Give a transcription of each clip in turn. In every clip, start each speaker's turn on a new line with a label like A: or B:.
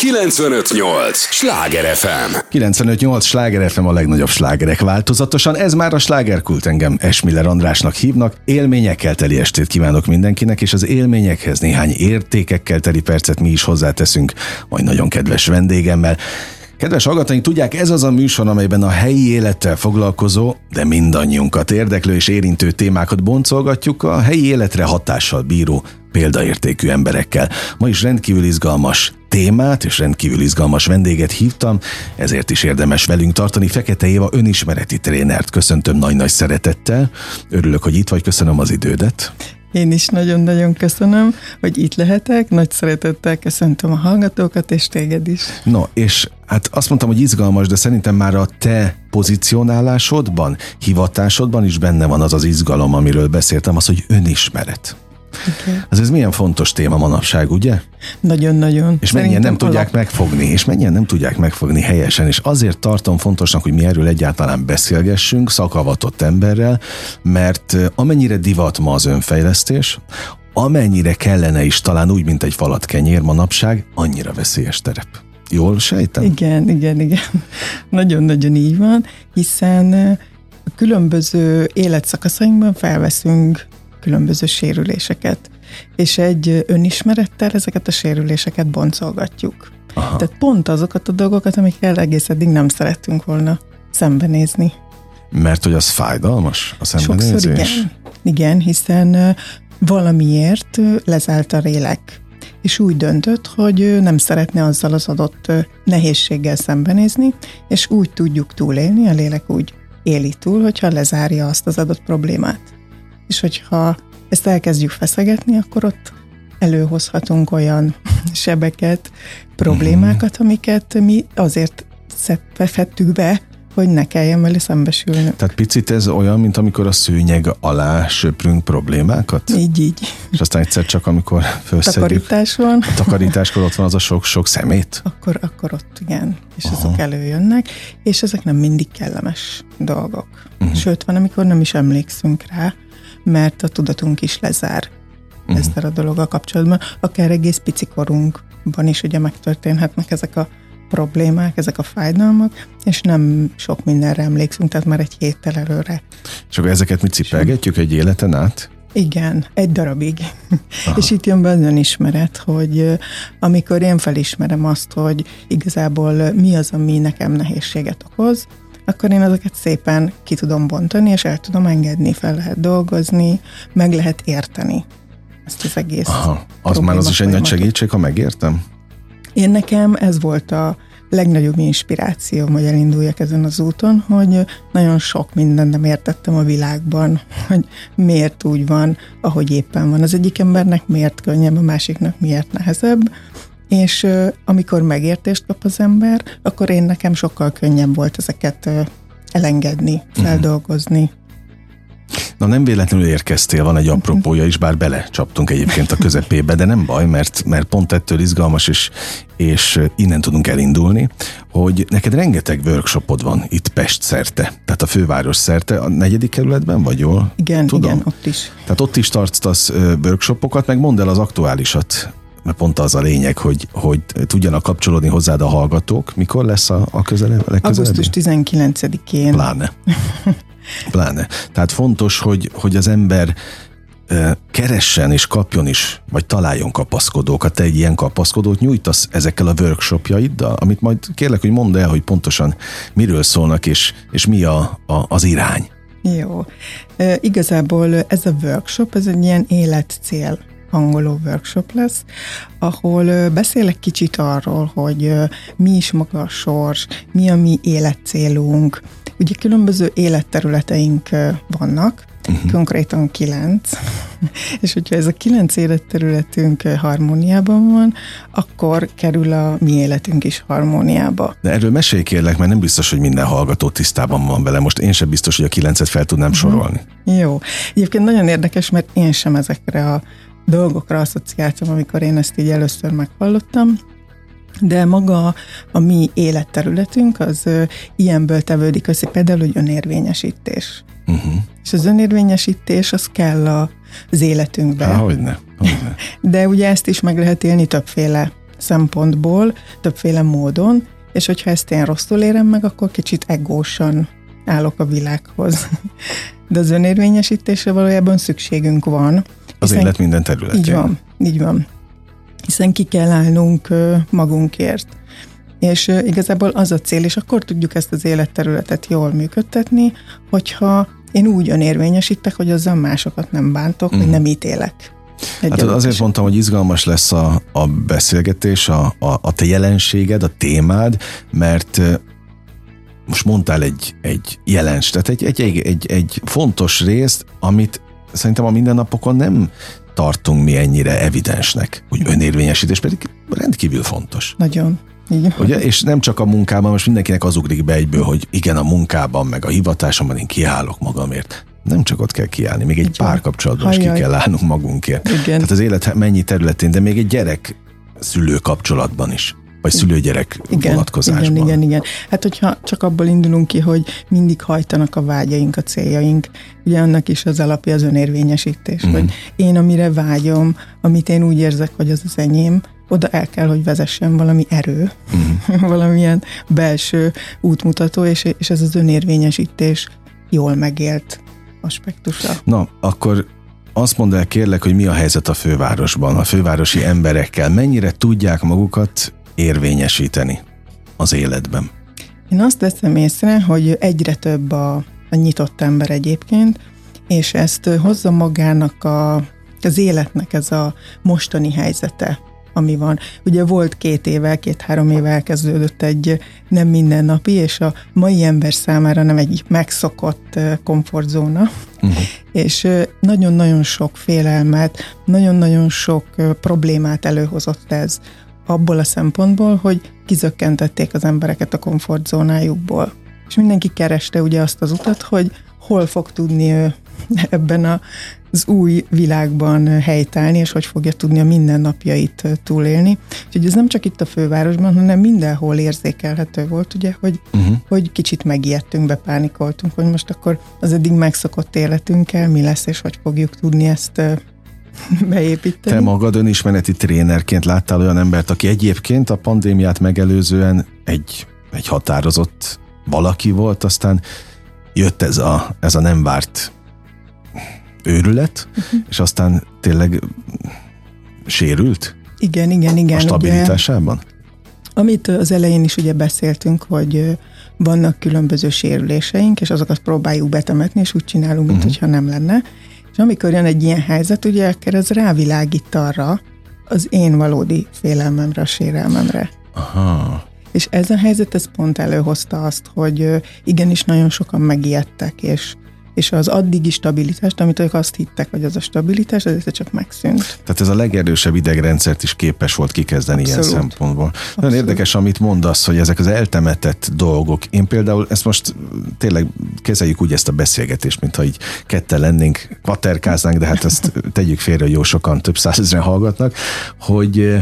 A: 95.8 Sláger FM.
B: 95.8 Sláger FM, a legnagyobb slágerek változatosan. Ez már a slágerkult, engem Esmiller Andrásnak hívnak. Élményekkel teli estét kívánok mindenkinek, és az élményekhez néhány értékekkel teli percet mi is hozzáteszünk, majd nagyon kedves vendégemmel. Kedves hallgatóink, tudják, ez az a műsor, amelyben a helyi élettel foglalkozó, de mindannyiunkat érdeklő és érintő témákat boncolgatjuk a helyi életre hatással bíró példaértékű emberekkel. Ma is rendkívül izgalmas témát és rendkívül izgalmas vendéget hívtam, ezért is érdemes velünk tartani. Fekete Éva önismereti trénert köszöntöm nagy-nagy szeretettel. Örülök, hogy itt vagy, köszönöm az idődet.
C: Én is nagyon-nagyon köszönöm, hogy itt lehetek, nagy szeretettel köszöntöm a hallgatókat, és téged is.
B: No, és hát azt mondtam, hogy izgalmas, de szerintem már a te pozícionálásodban, hivatásodban is benne van az az izgalom, amiről beszéltem, az, hogy önismeret. Okay. Ez milyen fontos téma manapság, ugye?
C: Nagyon-nagyon.
B: És mennyien nem tudják megfogni, és mennyien nem tudják megfogni helyesen, és azért tartom fontosnak, hogy mi erről egyáltalán beszélgessünk szakavatott emberrel, mert amennyire divat ma az önfejlesztés, amennyire kellene is talán úgy, mint egy falat kenyér manapság, annyira veszélyes terep. Jól sejtem?
C: Igen. Nagyon-nagyon így van, hiszen a különböző életszakaszainkban felveszünk különböző sérüléseket, és egy önismerettel ezeket a sérüléseket boncolgatjuk. Aha. Tehát pont azokat a dolgokat, amikkel egész eddig nem szerettünk volna szembenézni.
B: Mert hogy az fájdalmas, a szembenézés?
C: Sokszor igen, hiszen valamiért lezárt a lélek, és úgy döntött, hogy nem szeretne azzal az adott nehézséggel szembenézni, és úgy tudjuk túlélni, a lélek úgy éli túl, hogyha lezárja azt az adott problémát. És hogyha ezt elkezdjük feszegetni, akkor ott előhozhatunk olyan sebeket, problémákat, amiket mi azért fettük be, hogy ne kelljen vele szembesülnünk.
B: Tehát picit ez olyan, mint amikor a szőnyeg alá söprünk problémákat?
C: Így.
B: És aztán egyszer csak, amikor felszedjük.
C: Takarítás van.
B: A takarításkor ott van az a sok szemét?
C: Akkor ott igen. És azok előjönnek, és ezek nem mindig kellemes dolgok. Sőt, van, amikor nem is emlékszünk rá, mert a tudatunk is lezár ezzel a dologgal kapcsolatban. Akár egész picikorunkban is ugye megtörténhetnek ezek a problémák, ezek a fájdalmak, és nem sok mindenre emlékszünk, tehát már egy héttel előre.
B: És akkor ezeket mi cipelgetjük egy életen át?
C: Igen, egy darabig. És itt jön be az önismeret, hogy amikor én felismerem azt, hogy igazából mi az, ami nekem nehézséget okoz, akkor én ezeket szépen ki tudom bontani, és el tudom engedni, fel lehet dolgozni, meg lehet érteni ezt az egész.
B: Az már az is egy nagy segítség, ha megértem?
C: Én nekem ez volt a legnagyobb inspiráció, hogy elinduljak ezen az úton, hogy nagyon sok mindent nem értettem a világban, hogy miért úgy van, ahogy éppen van. Az egyik embernek miért könnyebb, a másiknak miért nehezebb, és amikor megértést kap az ember, akkor nekem sokkal könnyebb volt ezeket elengedni, feldolgozni.
B: Na, nem véletlenül érkeztél, van egy apropója is, bár belecsaptunk egyébként a közepébe, de nem baj, mert pont ettől izgalmas, és innen tudunk elindulni, hogy neked rengeteg workshopod van itt Pest szerte, tehát a főváros szerte, a 4. kerületben vagy jól?
C: Igen, ott is.
B: Tehát ott is tartasz workshopokat, meg mondd el az aktuálisat, mert pont az a lényeg, hogy tudjanak kapcsolódni hozzád a hallgatók. Mikor lesz a legközelebb?
C: Augusztus 19-én.
B: Pláne. Tehát fontos, hogy az ember keressen és kapjon is, vagy találjon kapaszkodókat. Te egy ilyen kapaszkodót nyújtasz ezekkel a workshopjaiddal, amit majd kérlek, hogy mondd el, hogy pontosan miről szólnak, és mi az irány.
C: Jó. Igazából ez a workshop, ez egy ilyen életcél hangoló workshop lesz, ahol beszélek kicsit arról, hogy mi is maga a sors, mi a mi életcélunk. Ugye különböző életterületeink vannak, konkrétan 9, és hogyha ez a 9 életterületünk harmóniában van, akkor kerül a mi életünk is harmóniába.
B: De erről mesélj kérlek, mert nem biztos, hogy minden hallgató tisztában van vele. Most én sem biztos, hogy a 9-et fel tudnám sorolni.
C: Jó. Egyébként nagyon érdekes, mert én sem ezekre a dolgokra asszociáltam, amikor én ezt így először meghallottam, de maga a mi életterületünk az ilyenből tevődik össze, például, hogy önérvényesítés. És az önérvényesítés az kell az életünkbe.
B: Hogyne.
C: De ugye ezt is meg lehet élni többféle szempontból, többféle módon, és hogyha ezt én rosszul érem meg, akkor kicsit egósan állok a világhoz. De az önérvényesítésre valójában szükségünk van.
B: Az élet minden területén.
C: Így van. Hiszen ki kell állnunk magunkért. És igazából az a cél, és akkor tudjuk ezt az életterületet jól működtetni, hogyha én úgy önérvényesítek, hogy azzal másokat nem bántok, hogy nem ítélek.
B: Hát azért mondtam, hogy izgalmas lesz a beszélgetés, a te jelenséged, a témád, mert most mondtál egy tehát egy fontos részt, amit szerintem a mindennapokon nem tartunk mi ennyire evidensnek, hogy önérvényesítés pedig rendkívül fontos.
C: Nagyon. Igen.
B: Ugye? És nem csak a munkában, most mindenkinek az ugrik be egyből, hogy igen, a munkában, meg a hivatásomban én kiállok magamért. Nem csak ott kell kiállni, még egy párkapcsolatban is ki kell állnunk magunkért.
C: Igen.
B: Tehát az élet mennyi területén, de még egy gyerek-szülő kapcsolatban is, vagy szülő-gyerek vonatkozásban.
C: Igen. Hát hogyha csak abból indulunk ki, hogy mindig hajtanak a vágyaink, a céljaink, ugye annak is az alapja az önérvényesítés, hogy én amire vágyom, amit én úgy érzek, hogy az az enyém, oda el kell, hogy vezessen valami erő, valamilyen belső útmutató, és ez az önérvényesítés jól megélt aspektusa.
B: Na, akkor azt mondd el kérlek, hogy mi a helyzet a fővárosban, a fővárosi emberekkel, mennyire tudják magukat érvényesíteni az életben?
C: Én azt veszem észre, hogy egyre több a nyitott ember egyébként, és ezt hozza magának az életnek ez a mostani helyzete, ami van. Ugye volt 2-3 éve elkezdődött egy nem mindennapi, és a mai ember számára nem egy megszokott komfortzóna, és nagyon-nagyon sok félelmet, nagyon-nagyon sok problémát előhozott ez abból a szempontból, hogy kizökkentették az embereket a komfortzónájukból. És mindenki kereste ugye azt az utat, hogy hol fog tudni ő ebben az új világban helytállni, és hogy fogja tudni a mindennapjait túlélni. Úgyhogy ez nem csak itt a fővárosban, hanem mindenhol érzékelhető volt, ugye, hogy kicsit megijedtünk, bepánikoltunk, hogy most akkor az eddig megszokott életünkkel mi lesz, és hogy fogjuk tudni ezt beépíteni.
B: Te magad önismereti trénerként láttál olyan embert, aki egyébként a pandémiát megelőzően egy határozott valaki volt, aztán jött ez a nem várt őrület, és aztán tényleg sérült?
C: Igen.
B: A stabilitásában?
C: Ugye, amit az elején is ugye beszéltünk, hogy vannak különböző sérüléseink, és azokat próbáljuk betemetni, és úgy csinálunk, mint hogyha nem lenne. És amikor jön egy ilyen helyzet, ugye akkor ez rávilágít arra az én valódi félelmemre, a sérelmemre.
B: Aha.
C: És ez a helyzet, ez pont előhozta azt, hogy igenis nagyon sokan megijedtek, és az addigi stabilitást, amit ők azt hittek, hogy az a stabilitás, ez csak megszűnt.
B: Tehát ez a legerősebb idegrendszert is képes volt kikezdeni Abszolút. Ilyen szempontból. Abszolút. Nagyon érdekes, amit mondasz, hogy ezek az eltemetett dolgok. Én például ezt most tényleg kezeljük úgy ezt a beszélgetést, mintha így ketten lennénk, kvaterkáznánk, de hát ezt tegyük félre, hogy jó sokan, több százezren hallgatnak, hogy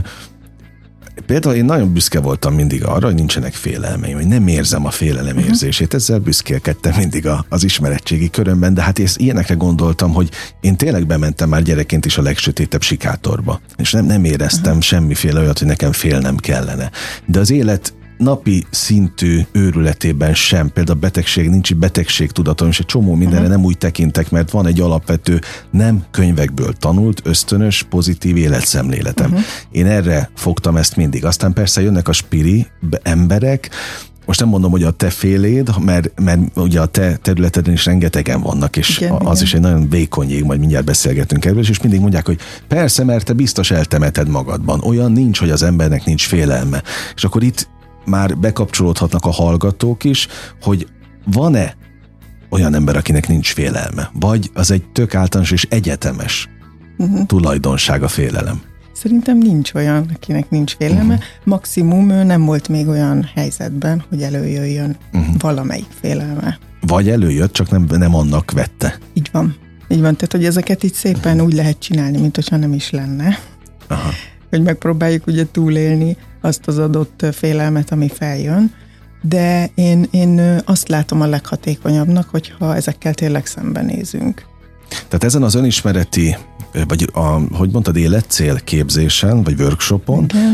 B: például én nagyon büszke voltam mindig arra, hogy nincsenek félelmeim, hogy nem érzem a félelem érzését. Ezzel büszkélkedtem mindig az ismeretségi körömben, de hát én ilyenekre gondoltam, hogy én tényleg bementem már gyerekként is a legsötétebb sikátorba, és nem éreztem semmiféle olyat, hogy nekem félnem kellene. De az élet napi szintű őrületében sem, például nincs betegségtudatom, és egy csomó mindenre nem úgy tekintek, mert van egy alapvető, nem könyvekből tanult, ösztönös, pozitív életszemléletem. Én erre fogtam ezt mindig. Aztán persze jönnek a spiri emberek, most nem mondom, hogy a te féléd, mert ugye a te területeden is rengetegen vannak, és igen. Is egy nagyon vékony jég, majd mindjárt beszélgetünk erről, és mindig mondják, hogy persze, mert te biztos eltemeted magadban. Olyan nincs, hogy az embernek nincs félelme. És akkor itt már bekapcsolódhatnak a hallgatók is, hogy van-e olyan ember, akinek nincs félelme? Vagy az egy tök általános és egyetemes tulajdonság a félelem?
C: Szerintem nincs olyan, akinek nincs félelme. Maximum ő nem volt még olyan helyzetben, hogy előjöjjön valamelyik félelme.
B: Vagy előjött, csak nem annak vette.
C: Így van. Tehát, hogy ezeket így szépen úgy lehet csinálni, mint hogyha nem is lenne.
B: Aha.
C: Hogy megpróbáljuk ugye túlélni azt az adott félelmet, ami feljön, de én azt látom a leghatékonyabbnak, hogyha ezekkel tényleg szembenézünk.
B: Tehát ezen az önismereti, vagy hogy mondtad, életcél képzésen, vagy workshopon,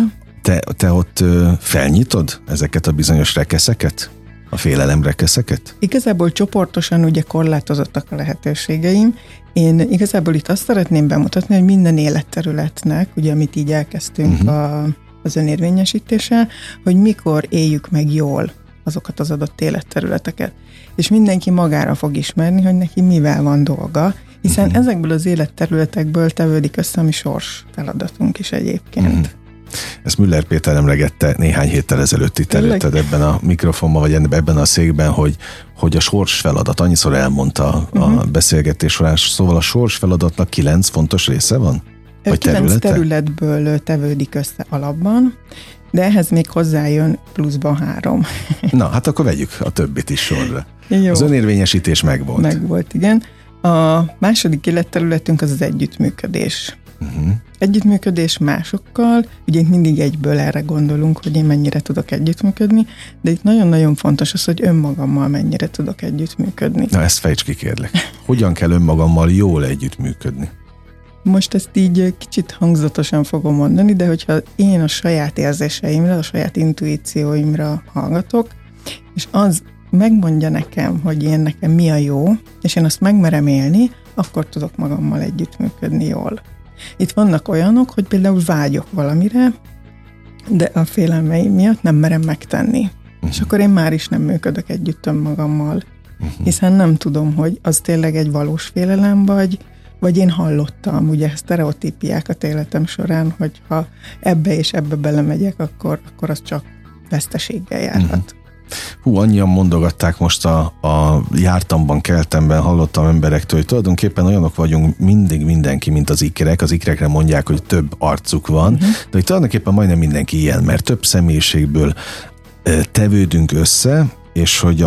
B: Te ott felnyitod ezeket a bizonyos rekeszeket? A félelem rekeszeket?
C: Igazából csoportosan ugye korlátozottak a lehetőségeim. Én igazából itt azt szeretném bemutatni, hogy minden életterületnek, ugye amit így elkezdtünk az önérvényesítéssel, hogy mikor éljük meg jól azokat az adott életterületeket. És mindenki magára fog ismerni, hogy neki mivel van dolga, hiszen ezekből az életterületekből tevődik össze a mi sors feladatunk is egyébként.
B: Ezt Müller Péter emlegette néhány héttel ezelőtt itt előtted ebben a mikrofonban, vagy ebben a székben, hogy a sors feladat, annyiszor elmondta a beszélgetés során, szóval a sors feladatnak 9 fontos része van? Vagy
C: 9 területből tevődik össze alapban, de ehhez még hozzájön pluszban 3.
B: Na, hát akkor vegyük a többit is sorra.
C: Jó.
B: Az önérvényesítés megvolt.
C: Megvolt, igen. A második életterületünk az együttműködés. Együttműködés másokkal, ugye mindig egyből erre gondolunk, hogy én mennyire tudok együttműködni, de itt nagyon-nagyon fontos az, hogy önmagammal mennyire tudok együttműködni.
B: Na, ezt fejtsd ki, kérlek. Hogyan kell önmagammal jól együttműködni?
C: Most ezt így kicsit hangzatosan fogom mondani, de hogyha én a saját érzéseimre, a saját intuícióimra hallgatok, és az megmondja nekem, hogy nekem mi a jó, és én azt megmerem élni, akkor tudok magammal együttműködni jól. Itt vannak olyanok, hogy például vágyok valamire, de a félelmeim miatt nem merem megtenni. És akkor én már is nem működök együtt önmagammal, hiszen nem tudom, hogy az tényleg egy valós félelem, vagy én hallottam, ugye sztereotípiákat életem során, hogy ha ebbe és ebbe belemegyek, akkor az csak veszteséggel járhat.
B: Annyian mondogatták most a jártamban, keltemben, hallottam emberektől, hogy tulajdonképpen olyanok vagyunk mindenki, mint az ikrek. Az ikrekre mondják, hogy több arcuk van, de hogy tulajdonképpen majdnem mindenki ilyen, mert több személyiségből tevődünk össze, és hogy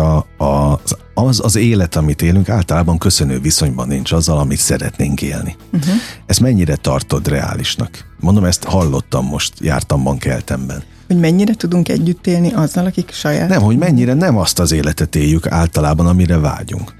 B: az élet, amit élünk, általában köszönő viszonyban nincs azzal, amit szeretnénk élni. Ezt mennyire tartod reálisnak? Mondom, ezt hallottam most jártamban, keltemben.
C: Hogy mennyire tudunk együtt élni azzal, akik saját...
B: Nem, hogy mennyire nem azt az életet éljük általában, amire vágyunk.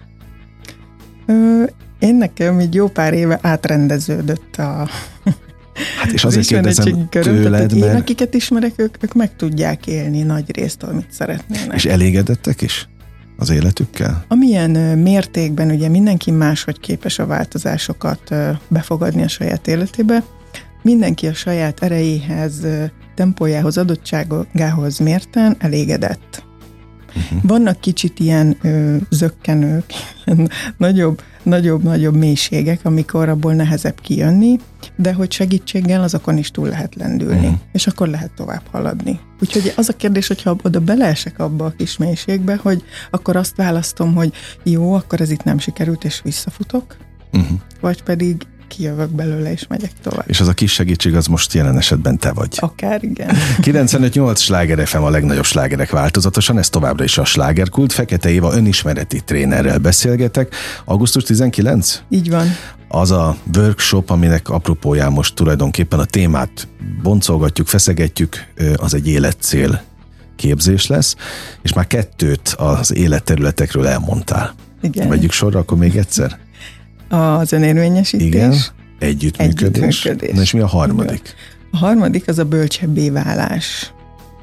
C: Én nekem így jó pár éve átrendeződött a...
B: Hát és azért kérdezem tőled,
C: mert... Én, akiket ismerek, ők meg tudják élni nagy részt, amit szeretnének.
B: És elégedettek is az életükkel?
C: Amilyen mértékben ugye mindenki máshogy képes a változásokat befogadni a saját életébe, mindenki a saját erejéhez, tempójához, adottságához mérten elégedett. Vannak kicsit ilyen zökkenők, nagyobb mélységek, amikor abból nehezebb kijönni, de hogy segítséggel azokon is túl lehet lendülni, és akkor lehet tovább haladni. Úgyhogy az a kérdés, hogyha oda beleesek abba a kis mélységbe, hogy akkor azt választom, hogy jó, akkor ez itt nem sikerült, és visszafutok, vagy pedig kijövök belőle, és megyek tovább.
B: És az a kis segítség, az most jelen esetben te vagy.
C: Akár, igen.
B: 95.8 Sláger FM, a legnagyobb slágerek változatosan, ez továbbra is a Slágerkult. Fekete Éva önismereti trénerrel beszélgetek. Augusztus 19?
C: Így van.
B: Az a workshop, aminek apropóján most tulajdonképpen a témát boncolgatjuk, feszegetjük, az egy életcél képzés lesz, és már 2 az életterületekről elmondtál. Igen. Vegyük sorra, akkor még egyszer.
C: Az önérvényesítés.
B: Igen, együttműködés. Na és mi a harmadik?
C: A harmadik az a bölcsebbé válás.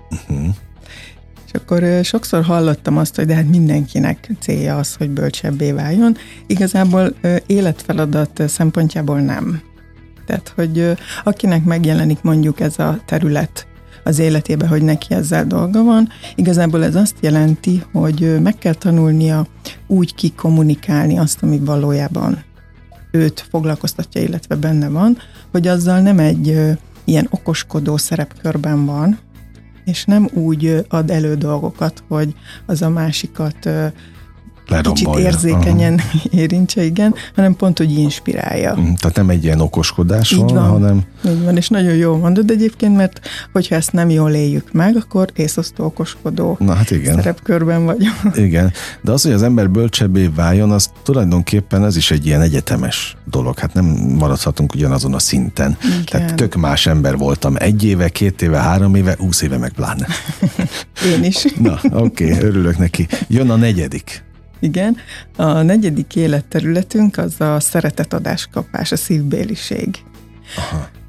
C: És akkor sokszor hallottam azt, hogy de hát mindenkinek célja az, hogy bölcsebbé váljon. Igazából életfeladat szempontjából nem. Tehát, hogy akinek megjelenik mondjuk ez a terület az életébe, hogy neki ezzel dolga van, igazából ez azt jelenti, hogy meg kell tanulnia úgy kikommunikálni azt, ami valójában őt foglalkoztatja, illetve benne van, hogy azzal nem egy ilyen okoskodó szerepkörben van, és nem úgy ad elő dolgokat, hogy az a másikat kicsit érzékenyen érintse, igen, hanem pont, hogy inspirálja.
B: Tehát nem egy ilyen okoskodás van, hanem...
C: Így van, és nagyon jól mondod egyébként, mert hogyha ezt nem jól éljük meg, akkor észosztó okoskodó szerepkörben vagyunk.
B: Igen, de az, hogy az ember bölcsebbé váljon, az tulajdonképpen ez is egy ilyen egyetemes dolog. Hát nem maradhatunk ugyanazon a szinten. Igen. Tehát tök más ember voltam 1 éve, 2 éve, 3 éve, 20 éve meg pláne.
C: Én is.
B: Na, oké, örülök neki. Jön a 4.
C: Igen, a 4. életterületünk az a szeretetadás-kapás, a szívbéliség.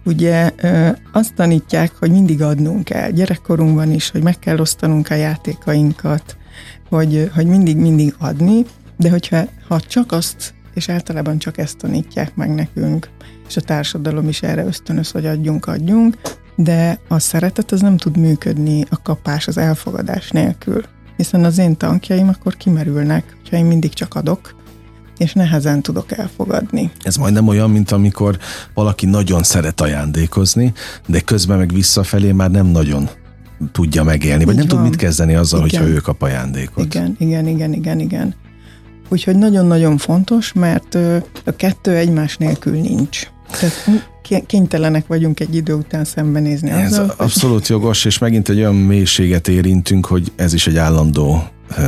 C: ugye azt tanítják, hogy mindig adnunk kell. Gyerekkorunkban is, hogy meg kell osztanunk a játékainkat, hogy mindig adni, de ha csak azt, és általában csak ezt tanítják meg nekünk, és a társadalom is erre ösztönöz, hogy adjunk, de a szeretet az nem tud működni, a kapás, az elfogadás nélkül. Hiszen az én tankjaim akkor kimerülnek, hogyha én mindig csak adok, és nehezen tudok elfogadni.
B: Ez majdnem olyan, mint amikor valaki nagyon szeret ajándékozni, de közben meg visszafelé már nem nagyon tudja megélni, vagy nem tud mit kezdeni azzal, hogyha ő kap ajándékot.
C: Igen. Úgyhogy nagyon-nagyon fontos, mert a kettő egymás nélkül nincs. Tehát kénytelenek vagyunk egy idő után szembenézni azzal.
B: Ez abszolút jogos, és megint egy olyan mélységet érintünk, hogy ez is egy állandó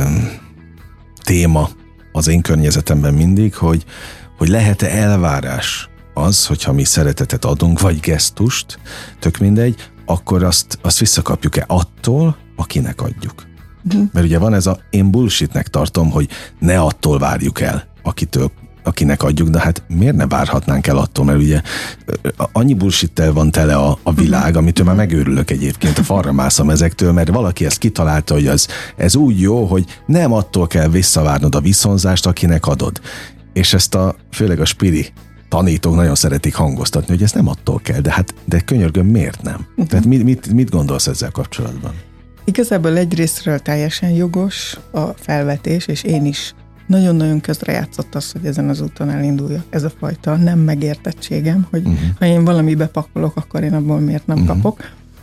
B: téma az én környezetemben mindig, hogy lehet-e elvárás az, hogyha mi szeretetet adunk, vagy gesztust, tök mindegy, akkor azt visszakapjuk-e attól, akinek adjuk. Mert ugye van ez én bullshitnek tartom, hogy ne attól várjuk el, akinek adjuk, de hát miért ne várhatnánk el attól, mert ugye annyi bullshittel van tele a világ, amitől már megőrülök egyébként, a falra mászom ezektől, mert valaki ezt kitalálta, hogy ez úgy jó, hogy nem attól kell visszavárnod a viszonzást, akinek adod. És ezt főleg a spiri tanítók nagyon szeretik hangoztatni, hogy ez nem attól kell, de könyörgöm, miért nem? Tehát mit gondolsz ezzel kapcsolatban?
C: Igazából egyrésztről teljesen jogos a felvetés, és én is nagyon-nagyon közrejátszott az, hogy ezen az úton elinduljak. Ez a fajta nem megértettségem, hogy ha én valamibe pakolok, akkor én abból miért nem kapok.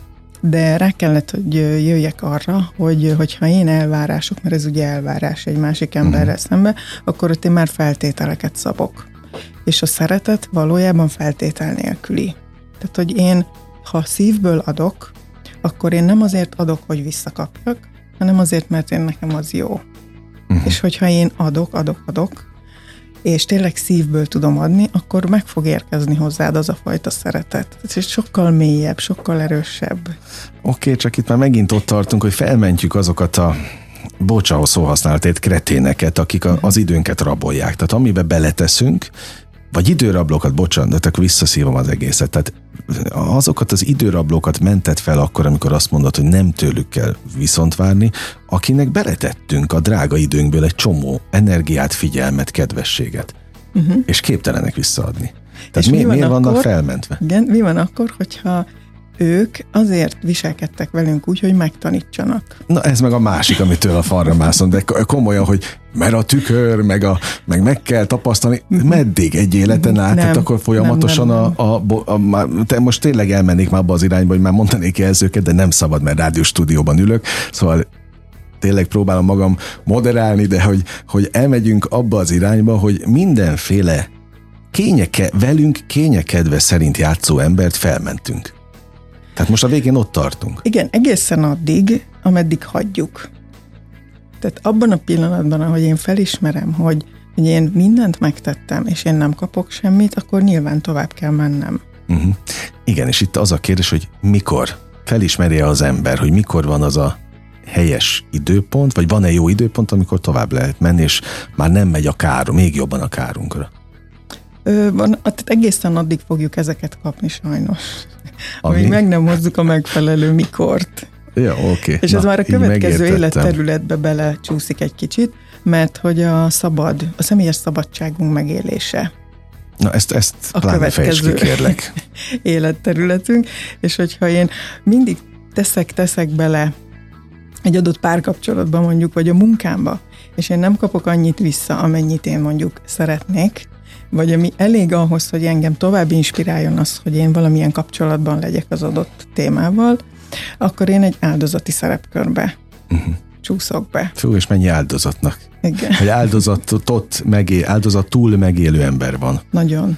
C: De rá kellett, hogy jöjjek arra, hogyha én elvárások, mert ez ugye elvárás egy másik emberrel szembe, akkor ott én már feltételeket szabok. És a szeretet valójában feltétel nélküli. Tehát, hogy én, ha szívből adok, akkor én nem azért adok, hogy visszakapjak, hanem azért, mert nekem az jó. És hogyha én adok, és tényleg szívből tudom adni, akkor meg fog érkezni hozzád az a fajta szeretet. Ez sokkal mélyebb, sokkal erősebb.
B: Oké, csak itt már megint ott tartunk, hogy felmentjük azokat a bocsánat szóhasználatét, kreténeket, akik az időnket rabolják. Tehát amiben beleteszünk, vagy időrablókat, bocsánat, akkor visszaszívom az egészet. Tehát azokat az időrablókat mentett fel akkor, amikor azt mondod, hogy nem tőlük kell viszont várni, akinek beletettünk a drága időnkből egy csomó energiát, figyelmet, kedvességet. És képtelenek visszaadni. Tehát miért vannak felmentve?
C: Igen, mi van akkor, hogyha ők azért viselkedtek velünk úgy, hogy megtanítsanak.
B: Na ez meg a másik, amitől a falra mászom, de komolyan, hogy mert a tükör, meg kell tapasztalni, meddig egy életen át, tehát akkor folyamatosan te most tényleg elmennék már abba az irányba, hogy már mondanék jelzőket, de nem szabad, mert rádióstúdióban ülök, szóval tényleg próbálom magam moderálni, de hogy elmegyünk abba az irányba, hogy mindenféle velünk kényekedve szerint játszó embert felmentünk. Tehát most a végén ott tartunk.
C: Igen, egészen addig, ameddig hagyjuk. Tehát abban a pillanatban, ahogy én felismerem, hogy én mindent megtettem, és én nem kapok semmit, akkor nyilván tovább kell mennem.
B: Igen, és itt az a kérdés, hogy mikor felismerje az ember, hogy mikor van az a helyes időpont, vagy van-e jó időpont, amikor tovább lehet menni, és már nem megy a károm, még jobban a kárunkra.
C: Tehát egészen addig fogjuk ezeket kapni sajnos. Amíg meg nem hozzuk a megfelelő mikort.
B: Ja, oké.
C: És ez már a következő életterületbe belecsúszik egy kicsit, mert hogy a személyes szabadságunk megélése.
B: Na ezt pláne fejtsd ki, kérlek.
C: Életterületünk, és hogyha én mindig teszek bele egy adott párkapcsolatban mondjuk, vagy a munkámba, és én nem kapok annyit vissza, amennyit én mondjuk szeretnék, vagy ami elég ahhoz, hogy engem tovább inspiráljon az, hogy én valamilyen kapcsolatban legyek az adott témával, akkor én egy áldozati szerepkörbe csúszok be.
B: Fú, és mennyi áldozatnak?
C: Igen.
B: Hogy áldozattól megélő ember van.
C: Nagyon.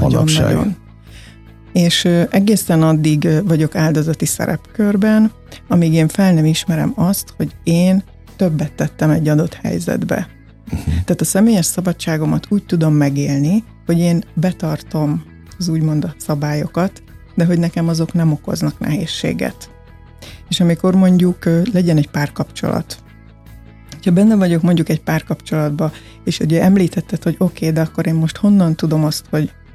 C: És egészen addig vagyok áldozati szerepkörben, amíg én fel nem ismerem azt, hogy én többet tettem egy adott helyzetbe. Tehát a személyes szabadságomat úgy tudom megélni, hogy én betartom az úgymond a szabályokat, de hogy nekem azok nem okoznak nehézséget. És amikor mondjuk legyen egy párkapcsolat, ha benne vagyok mondjuk egy párkapcsolatba, és ugye említetted, hogy oké, de akkor én most honnan tudom azt, hogy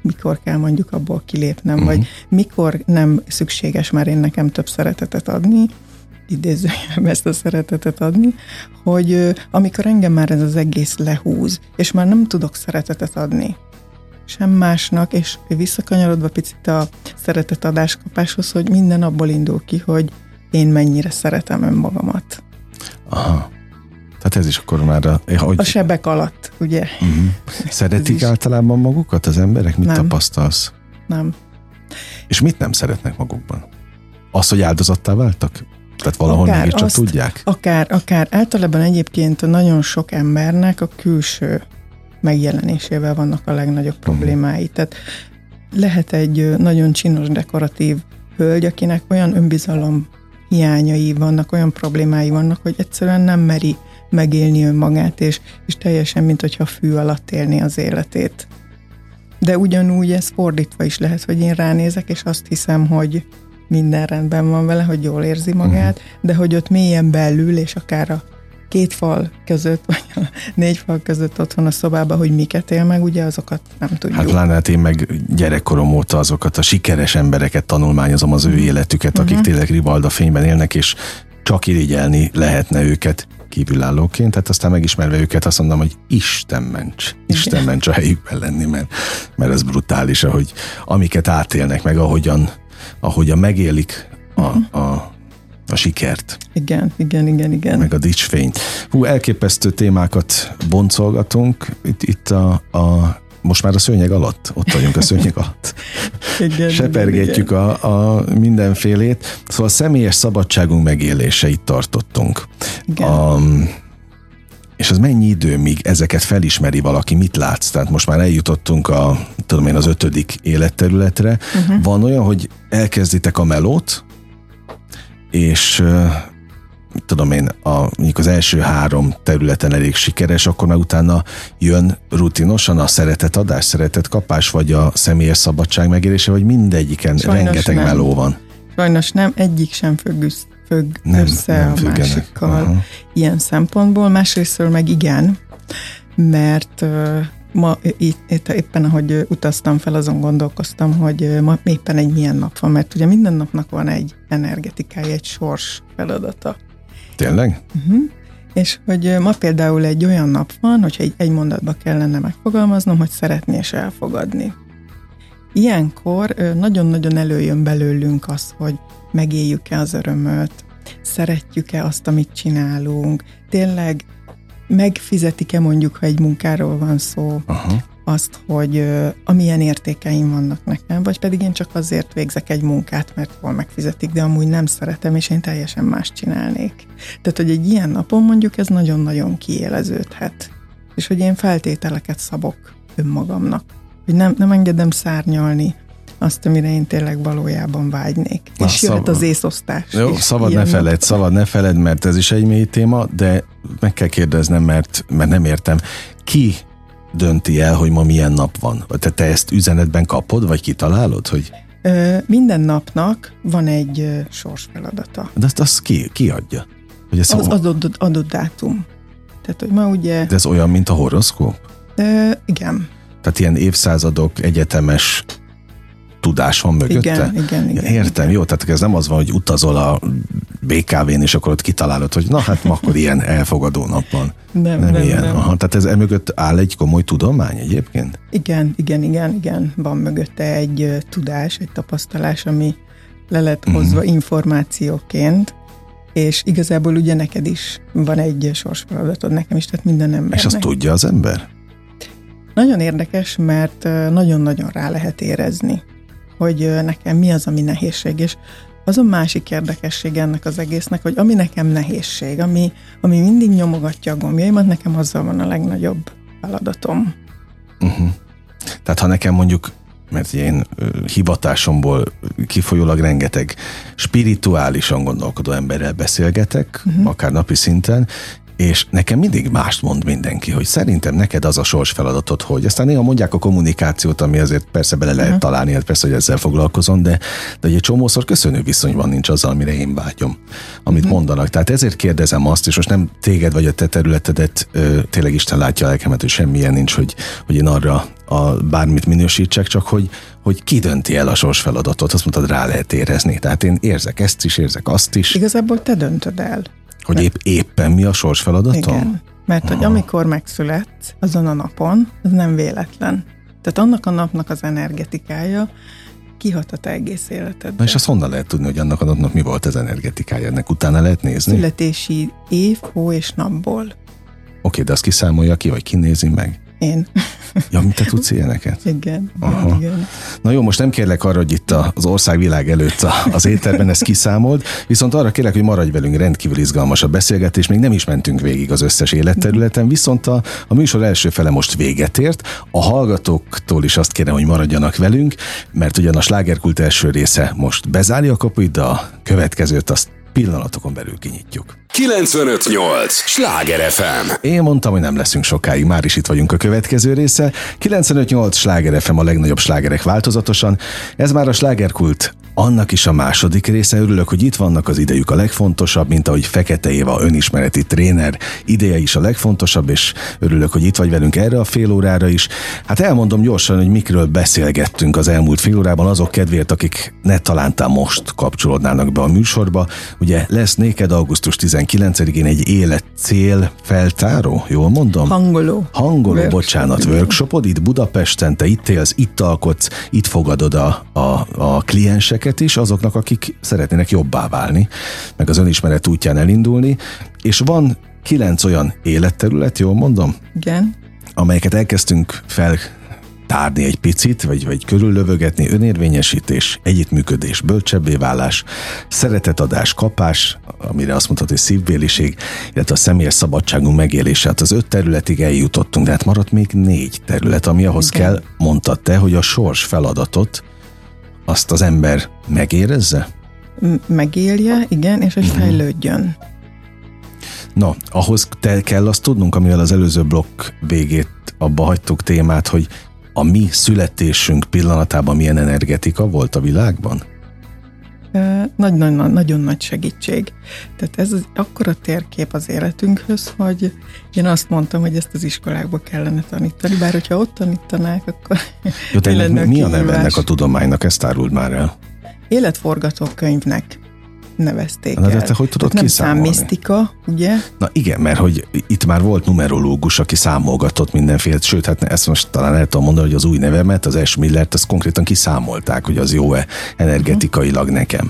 C: mikor kell mondjuk abból kilépnem, vagy mikor nem szükséges már én nekem több szeretetet adni, idézőjelben ezt a szeretetet adni, hogy amikor engem már ez az egész lehúz, és már nem tudok szeretetet adni sem másnak, és visszakanyarodva picit a szeretetadás-kapáshoz, hogy minden abból indul ki, hogy én mennyire szeretem önmagamat.
B: Aha. Tehát ez is akkor már
C: a sebek alatt, ugye?
B: Szeretik általában magukat az emberek? Mit tapasztalsz?
C: Nem.
B: És mit nem szeretnek magukban? Az, hogy áldozattá váltak? Tehát valahol mégiscsak tudják?
C: Akár. Általában egyébként nagyon sok embernek a külső megjelenésével vannak a legnagyobb problémái. Tehát lehet egy nagyon csinos, dekoratív hölgy, akinek olyan önbizalom hiányai vannak, olyan problémái vannak, hogy egyszerűen nem meri megélni önmagát, és teljesen, mint hogyha fű alatt élni az életét. De ugyanúgy ez fordítva is lehet, hogy én ránézek, és azt hiszem, hogy minden rendben van vele, hogy jól érzi magát, de hogy ott mélyen belül, és akár a 2 fal között, vagy a 4 fal között otthon a szobában, hogy miket él meg, ugye azokat nem tudjuk.
B: Hát pláne én meg gyerekkorom óta azokat a sikeres embereket tanulmányozom, az ő életüket, akik tényleg ribalda fényben élnek, és csak irigyelni lehetne őket kívülállóként, tehát aztán megismerve őket azt mondom, hogy Isten ments a helyükben lenni, mert ez brutális, ahogy amiket átélnek meg, ahogyan megélik a sikert.
C: Igen.
B: Meg a dicsfényt. Elképesztő témákat boncolgatunk. Itt most már a szőnyeg alatt. Ott vagyunk a szőnyeg alatt. Sepergetjük a mindenfélét. Szóval a személyes szabadságunk megéléseit tartottunk. És az mennyi idő, míg ezeket felismeri valaki, mit látsz? Tehát most már eljutottunk az 5. életterületre. Van olyan, hogy elkezditek a melót, és mondjuk az első 3 területen elég sikeres, akkor már utána jön rutinosan a szeretetadás, szeretetkapás, vagy a személyes szabadság megélése, vagy mindegyiken
C: sajnos
B: rengeteg
C: nem.
B: meló van.
C: Sajnos nem, egyik sem függ össze a másikkal ilyen szempontból. Másrésztről meg igen, mert ma itt éppen, ahogy utaztam fel, azon gondolkoztam, hogy ma éppen egy milyen nap van, mert ugye minden napnak van egy energetikája, egy sors feladata.
B: Tényleg?
C: És hogy ma például egy olyan nap van, hogyha egy mondatba kellene megfogalmaznom, hogy szeretni és elfogadni. Ilyenkor nagyon-nagyon előjön belőlünk az, hogy megéljük-e az örömöt, szeretjük-e azt, amit csinálunk, tényleg megfizetik-e mondjuk, ha egy munkáról van szó, azt, hogy amilyen értékeim vannak nekem, vagy pedig én csak azért végzek egy munkát, mert jól megfizetik, de amúgy nem szeretem, és én teljesen más csinálnék. Tehát, hogy egy ilyen napon mondjuk ez nagyon-nagyon kiéleződhet. És hogy én feltételeket szabok önmagamnak. Hogy nem engedem szárnyalni azt, amire én tényleg valójában vágynék. És jöhet az észosztás.
B: Jó, szabad ne feled, mert ez is egy mély téma, de meg kell kérdeznem, mert nem értem. Ki dönti el, hogy ma milyen nap van? Te ezt üzenetben kapod, vagy kitalálod, hogy...
C: Minden napnak van egy sorsfeladata.
B: De azt ki adja? Hogy ez
C: az adott dátum. Tehát, hogy ma ugye...
B: De ez olyan, mint a horoszkóp?
C: Igen.
B: Tehát ilyen évszázadok egyetemes tudás van mögötte?
C: Igen.
B: Értem, jó, tehát ez nem az van, hogy utazol a BKV-n, és akkor ott kitalálod, hogy na hát ma akkor ilyen elfogadó nap van. Nem ilyen. Aha, tehát ez mögött áll egy komoly tudomány egyébként?
C: Igen. Van mögötte egy tudás, egy tapasztalás, ami le lett hozva információként, és igazából ugye neked is van egy sorsfeladatod, nekem is, tehát minden embernek.
B: És azt tudja az ember?
C: Nagyon érdekes, mert nagyon-nagyon rá lehet érezni, hogy nekem mi az, ami nehézség, és az a másik érdekesség ennek az egésznek, hogy ami nekem nehézség, ami mindig nyomogatja a gombjaimat, nekem azzal van a legnagyobb feladatom.
B: Tehát ha nekem mondjuk, mert én hivatásomból kifolyólag rengeteg spirituálisan gondolkodó emberrel beszélgetek, akár napi szinten, és nekem mindig mást mond mindenki, hogy szerintem neked az a sors feladatod, hogy aztán néha mondják a kommunikációt, ami azért persze bele lehet találni, hát persze, hogy ezzel foglalkozom, de egy csomószor köszönő viszonyban nincs azzal, amire én vágyom, amit mondanak. Tehát ezért kérdezem azt, és most nem téged vagy a te területedet, tényleg Isten látja a lelkemet, hogy semmilyen nincs, hogy én arra bármit minősítsek, csak hogy ki dönti el a sors feladatot, azt mondtad, rá lehet érezni. Tehát én érzek ezt is, érzek azt is.
C: Igazából te döntöd el.
B: Hogy éppen mi a sors feladatom?
C: Igen, mert hogy amikor megszületsz azon a napon, az nem véletlen. Tehát annak a napnak az energetikája kihat a te egész életedbe.
B: Na és azt honnan lehet tudni, hogy annak a napnak mi volt az energetikája? Ennek utána lehet nézni?
C: Születési év, hó és napból.
B: Oké, de azt kiszámolja ki, vagy kinézi meg?
C: Én.
B: Ja, mit te tudsz ilyeneket?
C: Igen.
B: Na jó, most nem kérlek arra, hogy itt az országvilág előtt az éterben ezt kiszámold, viszont arra kérlek, hogy maradj velünk, rendkívül izgalmas a beszélgetés, még nem is mentünk végig az összes életterületen, viszont a műsor első fele most véget ért. A hallgatóktól is azt kérem, hogy maradjanak velünk, mert ugyan a Slágerkult első része most bezárja a kapuit, de a következőt azt pillanatokon belül kinyitjuk.
A: 95.8 Sláger FM.
B: Én mondtam, hogy nem leszünk sokáig, már is itt vagyunk a következő része. 95.8 Sláger FM, a legnagyobb slágerek változatosan. Ez már a Slágerkult, annak is a második része. Örülök, hogy itt vannak, az idejük a legfontosabb, mint ahogy Fekete Éva önismereti tréner ideje is a legfontosabb, és örülök, hogy itt vagy velünk erre a fél órára is. Hát elmondom gyorsan, hogy mikről beszélgettünk az elmúlt fél órában, azok kedvéért, akik ne talántán most kapcsolódnának be a műsorba. Ugye lesz néked augusztus 19-én egy életcél feltáró, jól mondom? Hangoló, bocsánat, workshopod itt Budapesten, te itt élsz, itt alkotsz, itt fogadod a klienseket is, azoknak, akik szeretnének jobbá válni, meg az önismeret útján elindulni, és van 9 olyan életterület, jól mondom?
C: Igen.
B: Amelyeket elkezdtünk feltárni egy picit, vagy körüllövögetni: önérvényesítés, együttműködés, bölcsebbé válás, szeretetadás, kapás, amire azt mondhatod, hogy szívbéliség, illetve a személyes szabadságunk megélése. Hát az 5 területig eljutottunk, de hát maradt még 4 terület, ami ahhoz kell, mondtad te, hogy a sors feladatot azt az ember megérezze?
C: Megélje, igen, és hogy fejlődjön.
B: Na, ahhoz kell azt tudnunk, amivel az előző blokk végét abba hagytuk témát, hogy a mi születésünk pillanatában milyen energetika volt a világban?
C: Nagyon nagy segítség. Tehát ez akkora térkép az életünkhöz, hogy én azt mondtam, hogy ezt az iskolákba kellene tanítani, bár hogyha ott tanítanák, akkor
B: jó, de mi a neve ennek a tudománynak, ezt áruld már el?
C: Életforgatókönyvnek nevezték
B: el.
C: De
B: te hogy tudod kiszámolni?
C: Nem számmisztika, ugye?
B: Na igen, mert hogy itt már volt numerológus, aki számolgatott mindenféle, sőt, hát ezt most talán el tudom mondani, hogy az új nevemet, az S. Millert, azt konkrétan kiszámolták, hogy az jó-e energetikailag nekem.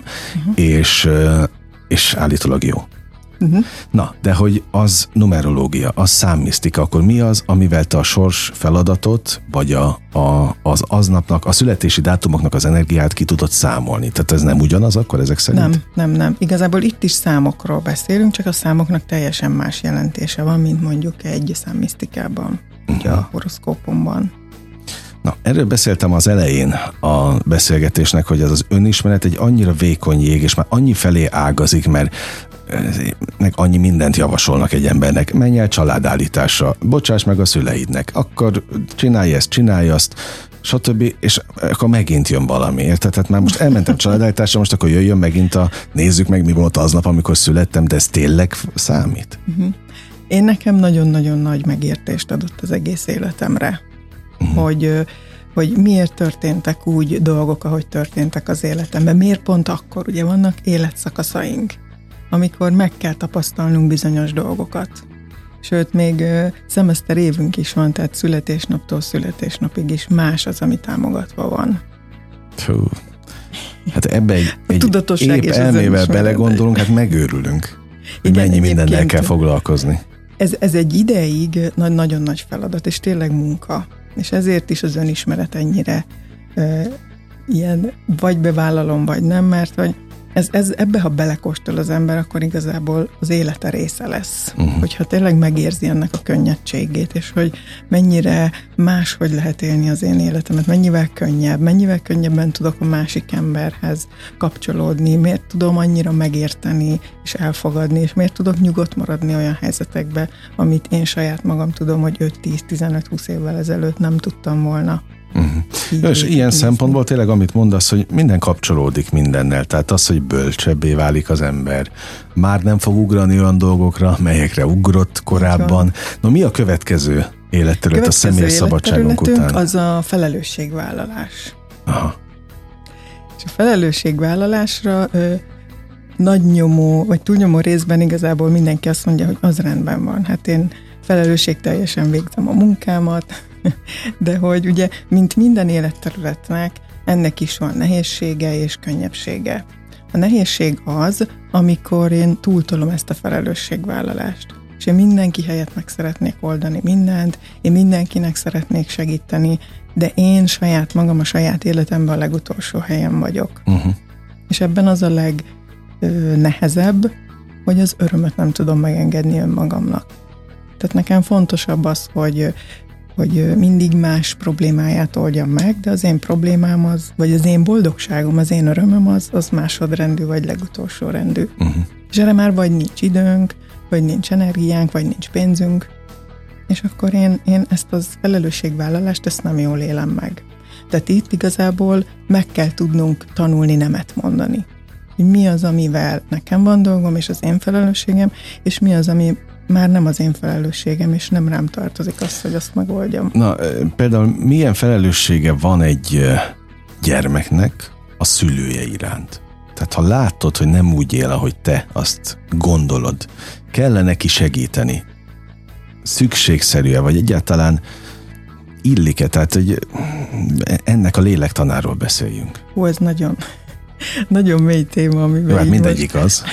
B: És állítólag jó. Na, de hogy az numerológia, az számmisztika, akkor mi az, amivel te a sors feladatot, vagy az aznapnak, a születési dátumoknak az energiát ki tudod számolni? Tehát ez nem ugyanaz akkor ezek szerint?
C: Nem. Igazából itt is számokról beszélünk, csak a számoknak teljesen más jelentése van, mint mondjuk egy számmisztikában, ugye a horoszkópomban.
B: Na, erről beszéltem az elején a beszélgetésnek, hogy ez az önismeret egy annyira vékony jég, és már annyi felé ágazik, mert annyi mindent javasolnak egy embernek. Menj el családállításra, bocsáss meg a szüleidnek, akkor csinálj ezt, csinálj azt, stb. És akkor megint jön valami, érted? Tehát már most elmentem családállításra, most akkor jöjjön megint nézzük meg, mi volt aznap, amikor születtem, de ez tényleg számít?
C: Én nekem nagyon-nagyon nagy megértést adott az egész életemre, hogy miért történtek úgy dolgok, ahogy történtek az életemben. Miért pont akkor? Ugye vannak életszakaszaink, amikor meg kell tapasztalnunk bizonyos dolgokat. Sőt, még szemeszter évünk is van, tehát születésnaptól születésnapig is más az, ami támogatva van.
B: Hú. Hát ebbe egy épp elmével belegondolunk, hát megőrülünk, hogy mennyi mindennel kell foglalkozni.
C: Ez egy ideig nagyon nagy feladat, és tényleg munka. És ezért is az önismeret ennyire ilyen vagy bevállalom, vagy nem, mert hogy Ebbe, ha belekóstol az ember, akkor igazából az élete része lesz. Hogyha tényleg megérzi ennek a könnyedségét, és hogy mennyire máshogy lehet élni az én életemet, mennyivel könnyebben tudok a másik emberhez kapcsolódni, miért tudom annyira megérteni és elfogadni, és miért tudok nyugodt maradni olyan helyzetekbe, amit én saját magam tudom, hogy 5-10-15-20 évvel ezelőtt nem tudtam volna.
B: És ilyen szempontból tényleg, amit mondasz, hogy minden kapcsolódik mindennel, tehát az, hogy bölcsebbé válik az ember, már nem fog ugrani olyan dolgokra, melyekre ugrott korábban. No, mi a következő életterület a személyes szabadságunk után?
C: Az a felelősségvállalás.
B: Aha.
C: És a felelősségvállalásra vagy túlnyomó részben igazából mindenki azt mondja, hogy az rendben van. Hát én felelősségteljesen végzem a munkámat, de hogy ugye, mint minden életterületnek, ennek is van nehézsége és könnyebbsége. A nehézség az, amikor én túltolom ezt a felelősségvállalást, és én mindenki helyett meg szeretnék oldani mindent, én mindenkinek szeretnék segíteni, de én saját magam a saját életemben a legutolsó helyen vagyok. És ebben az a legnehezebb, hogy az örömöt nem tudom megengedni önmagamnak. Tehát nekem fontosabb az, hogy mindig más problémáját oldjam meg, de az én problémám vagy az én boldogságom, az én örömöm az másodrendű, vagy legutolsó rendű. És erre már vagy nincs időnk, vagy nincs energiánk, vagy nincs pénzünk, és akkor én ezt az felelősségvállalást, ezt nem jól élem meg. Tehát itt igazából meg kell tudnunk tanulni nemet mondani. Hogy mi az, amivel nekem van dolgom, és az én felelősségem, és mi az, ami már nem az én felelősségem, és nem rám tartozik az, hogy azt megoldjam.
B: Na, például milyen felelőssége van egy gyermeknek a szülője iránt? Tehát ha látod, hogy nem úgy él, ahogy te azt gondolod, kellene neki segíteni, szükségszerű-e, vagy egyáltalán illik-e? Tehát, hogy ennek a lélektanáról beszéljünk.
C: Ez nagyon, nagyon mély téma, amiben
B: hát mindegyik az.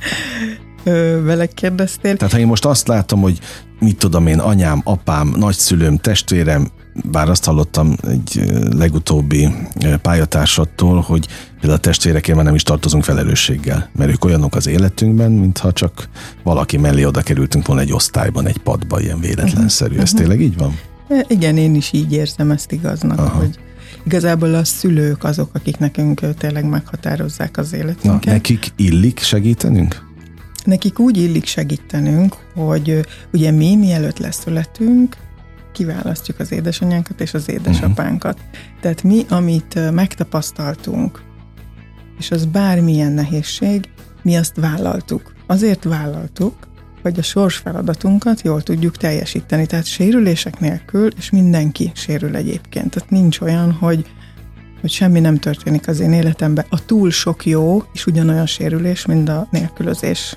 C: Vele kérdeztél.
B: Tehát ha én most azt látom, hogy mit tudom én, anyám, apám, nagyszülőm, testvérem, bár azt hallottam egy legutóbbi pályatársattól, hogy például a testvérekért már nem is tartozunk felelősséggel, mert ők olyanok az életünkben, mintha csak valaki mellé oda kerültünk volna egy osztályban, egy padba, ilyen véletlenszerű. Ez tényleg így van?
C: Igen, én is így érzem ezt igaznak, hogy igazából a szülők azok, akik nekünk tényleg meghatározzák az életünket.
B: Na, nekik illik segítenünk?
C: Nekik úgy illik segítenünk, hogy ugye mi mielőtt leszületünk, kiválasztjuk az édesanyánkat és az édesapánkat. Tehát mi, amit megtapasztaltunk, és az bármilyen nehézség, mi azt vállaltuk. Azért vállaltuk, hogy a sorsfeladatunkat jól tudjuk teljesíteni. Tehát sérülések nélkül, és mindenki sérül egyébként. Tehát nincs olyan, hogy semmi nem történik az én életemben. A túl sok jó, és ugyanolyan sérülés, mint a nélkülözés.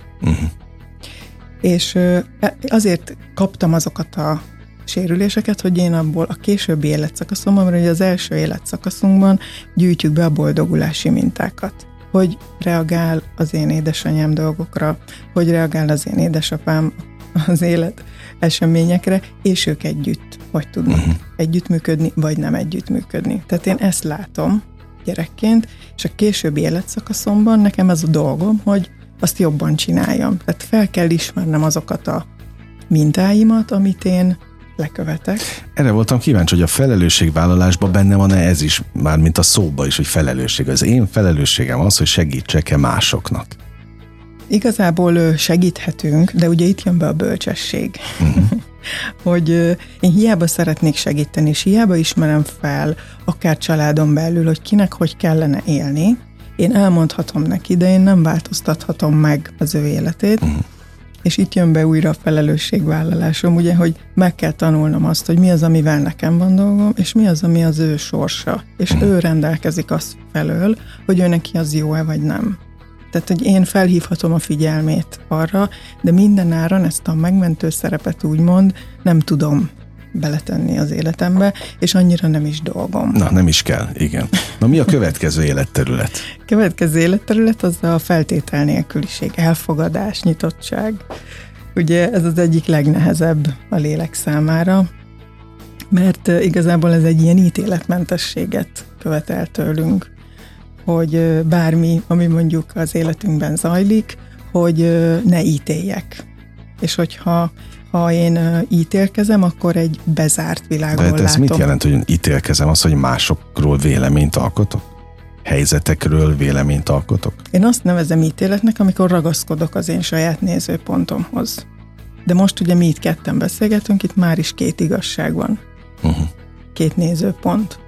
C: És azért kaptam azokat a sérüléseket, hogy én abból a későbbi életszakaszomban, mert ugye az első életszakaszunkban gyűjtjük be a boldogulási mintákat. Hogy reagál az én édesanyám dolgokra, hogy reagál az én édesapám az élet eseményekre, és ők együtt hogy tudnak együttműködni, vagy nem együttműködni. Tehát én ezt látom gyerekként, és a későbbi életszakaszomban nekem ez a dolgom, hogy azt jobban csináljam. Tehát fel kell ismernem azokat a mintáimat, amit én lekövetek.
B: Erre voltam kíváncsi, hogy a felelősségvállalásban benne van-e ez is, mármint a szóba is, hogy felelősség. Az én felelősségem az, hogy segítsek-e másoknak.
C: Igazából segíthetünk, de ugye itt jön be a bölcsesség. Hogy én hiába szeretnék segíteni, és hiába ismerem fel, akár családon belül, hogy kinek hogy kellene élni, én elmondhatom neki, de én nem változtathatom meg az ő életét, és itt jön be újra a felelősségvállalásom, ugye, hogy meg kell tanulnom azt, hogy mi az, amivel nekem van dolgom, és mi az, ami az ő sorsa, és ő rendelkezik azt felől, hogy ő neki az jó-e, vagy nem. Tehát, hogy én felhívhatom a figyelmét arra, de mindenáron ezt a megmentő szerepet úgymond nem tudom beletenni az életembe, és annyira nem is dolgom.
B: Na, nem is kell, igen. Na, mi a következő életterület?
C: Következő életterület az a feltétel nélküliség, elfogadás, nyitottság. Ugye ez az egyik legnehezebb a lélek számára, mert igazából ez egy ilyen ítéletmentességet követel tőlünk, hogy bármi, ami mondjuk az életünkben zajlik, hogy ne ítéljek. És hogyha én ítélkezem, akkor egy bezárt világból látom.
B: De ez mit jelent, hogy ítélkezem? Az, hogy másokról véleményt alkotok? Helyzetekről véleményt alkotok?
C: Én azt nevezem ítéletnek, amikor ragaszkodok az én saját nézőpontomhoz. De most ugye mi itt ketten beszélgetünk, itt már is 2 igazság van. 2 nézőpont.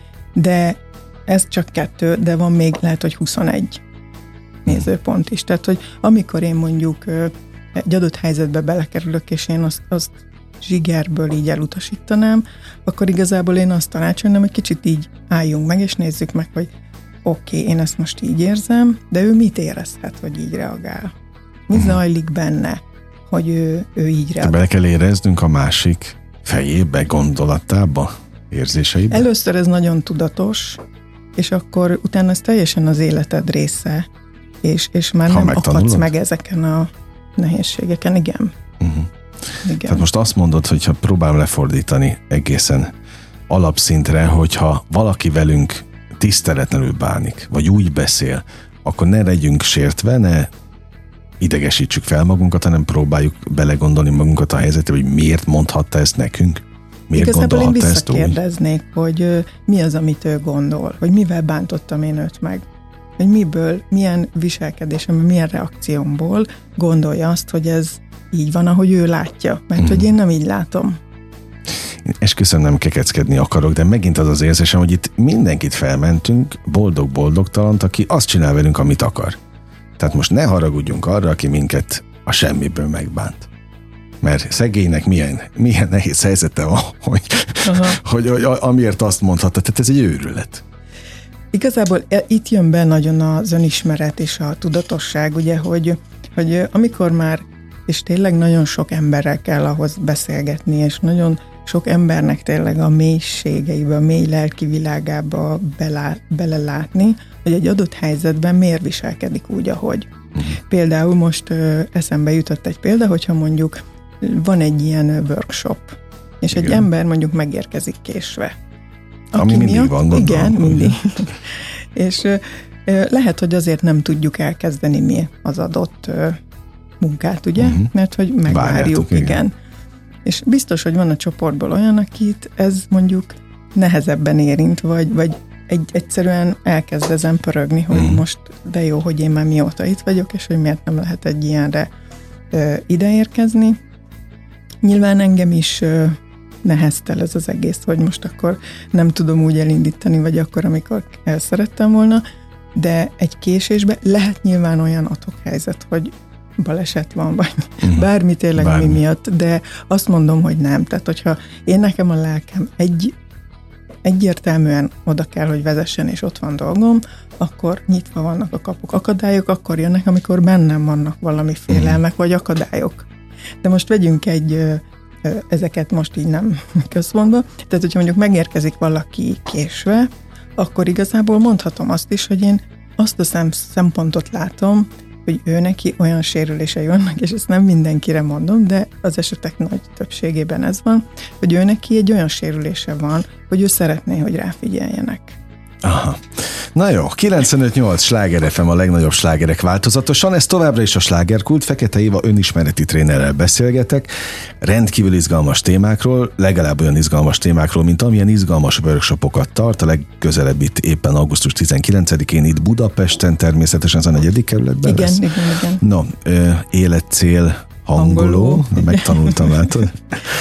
C: De ez csak 2, de van még lehet, hogy 21 nézőpont is. Tehát, hogy amikor én mondjuk egy adott helyzetbe belekerülök, és én azt zsigerből így elutasítanám, akkor igazából én azt tanácsolnám, hogy kicsit így álljunk meg, és nézzük meg, hogy oké, én ezt most így érzem, de ő mit érezhet, hogy így reagál? Mi zajlik benne, hogy ő így reagál?
B: Bele kell éreznünk a másik fejébe, gondolatába, érzéseibe?
C: Először ez nagyon tudatos, és akkor utána ez teljesen az életed része, és már nem akadsz meg ezeken a nehézségeken, igen. Igen.
B: Tehát most azt mondod, hogyha próbálom lefordítani egészen alapszintre, hogyha valaki velünk tiszteletlenül bánik, vagy úgy beszél, akkor ne legyünk sértve, ne idegesítsük fel magunkat, hanem próbáljuk belegondolni magunkat a helyzetbe, hogy miért mondhatta ezt nekünk, miért
C: igazából
B: gondolhatta ezt úgy.
C: Én visszakérdeznék, hogy mi az, amit ő gondol, hogy mivel bántottam én őt meg, hogy miből, milyen viselkedésem, milyen reakciómból gondolja azt, hogy ez így van, ahogy ő látja, mert hogy én nem így látom.
B: Én esküszöm, nem kekeckedni akarok, de megint az az érzésem, hogy itt mindenkit felmentünk, boldog-boldogtalant, aki azt csinál velünk, amit akar. Tehát most ne haragudjunk arra, aki minket a semmiből megbánt. Mert szegénynek milyen nehéz helyzete van, hogy amiért azt mondhatta, tehát ez egy őrület.
C: Igazából itt jön be nagyon az önismeret és a tudatosság, ugye, hogy amikor már, és tényleg nagyon sok emberrel kell ahhoz beszélgetni, és nagyon sok embernek tényleg a mélységeibe, a mély lelki világába belelátni, hogy egy adott helyzetben miért viselkedik úgy, ahogy. Például most eszembe jutott egy példa, hogyha mondjuk van egy ilyen workshop, és igen. Egy ember mondjuk megérkezik késve.
B: Ami mindig van, gondolom.
C: Igen, mindig. És lehet, hogy azért nem tudjuk elkezdeni mi az adott munkát, ugye? Mert hogy megvárjuk, igen. És biztos, hogy van a csoportból olyan, akit ez mondjuk nehezebben érint, vagy egyszerűen elkezd ezen pörögni, hogy most de jó, hogy én már mióta itt vagyok, és hogy miért nem lehet egy ilyenre ideérkezni. Nyilván engem is neheztel ez az egész, hogy most akkor nem tudom úgy elindítani, vagy akkor, amikor el szerettem volna, de egy késésben lehet nyilván olyan adhok helyzet, hogy baleset van, vagy bármi tényleg mi miatt, de azt mondom, hogy nem. Tehát, hogyha én nekem a lelkem egyértelműen oda kell, hogy vezessen, és ott van dolgom, akkor nyitva vannak a kapuk. Akadályok akkor jönnek, amikor bennem vannak valami félelmek, vagy akadályok. De most vegyünk ezeket most így nem központba. Tehát, hogyha mondjuk megérkezik valaki késve, akkor igazából mondhatom azt is, hogy én azt a szempontot látom, hogy ő neki olyan sérülései vannak, és ezt nem mindenkire mondom, de az esetek nagy többségében ez van, hogy ő neki egy olyan sérülése van, hogy ő szeretné, hogy ráfigyeljenek.
B: Aha. Na jó, 95.8 Sláger FM, a legnagyobb slágerek változatosan, ez továbbra is a Slágerkult, Fekete Éva önismereti trénerrel beszélgetek, rendkívül izgalmas témákról, legalább olyan izgalmas témákról, mint amilyen izgalmas workshopokat tart, a legközelebb itt éppen augusztus 19-én itt Budapesten, természetesen az a 4. kerületben lesz.
C: Igen.
B: No, életcél, hangoló. Megtanultam, látod?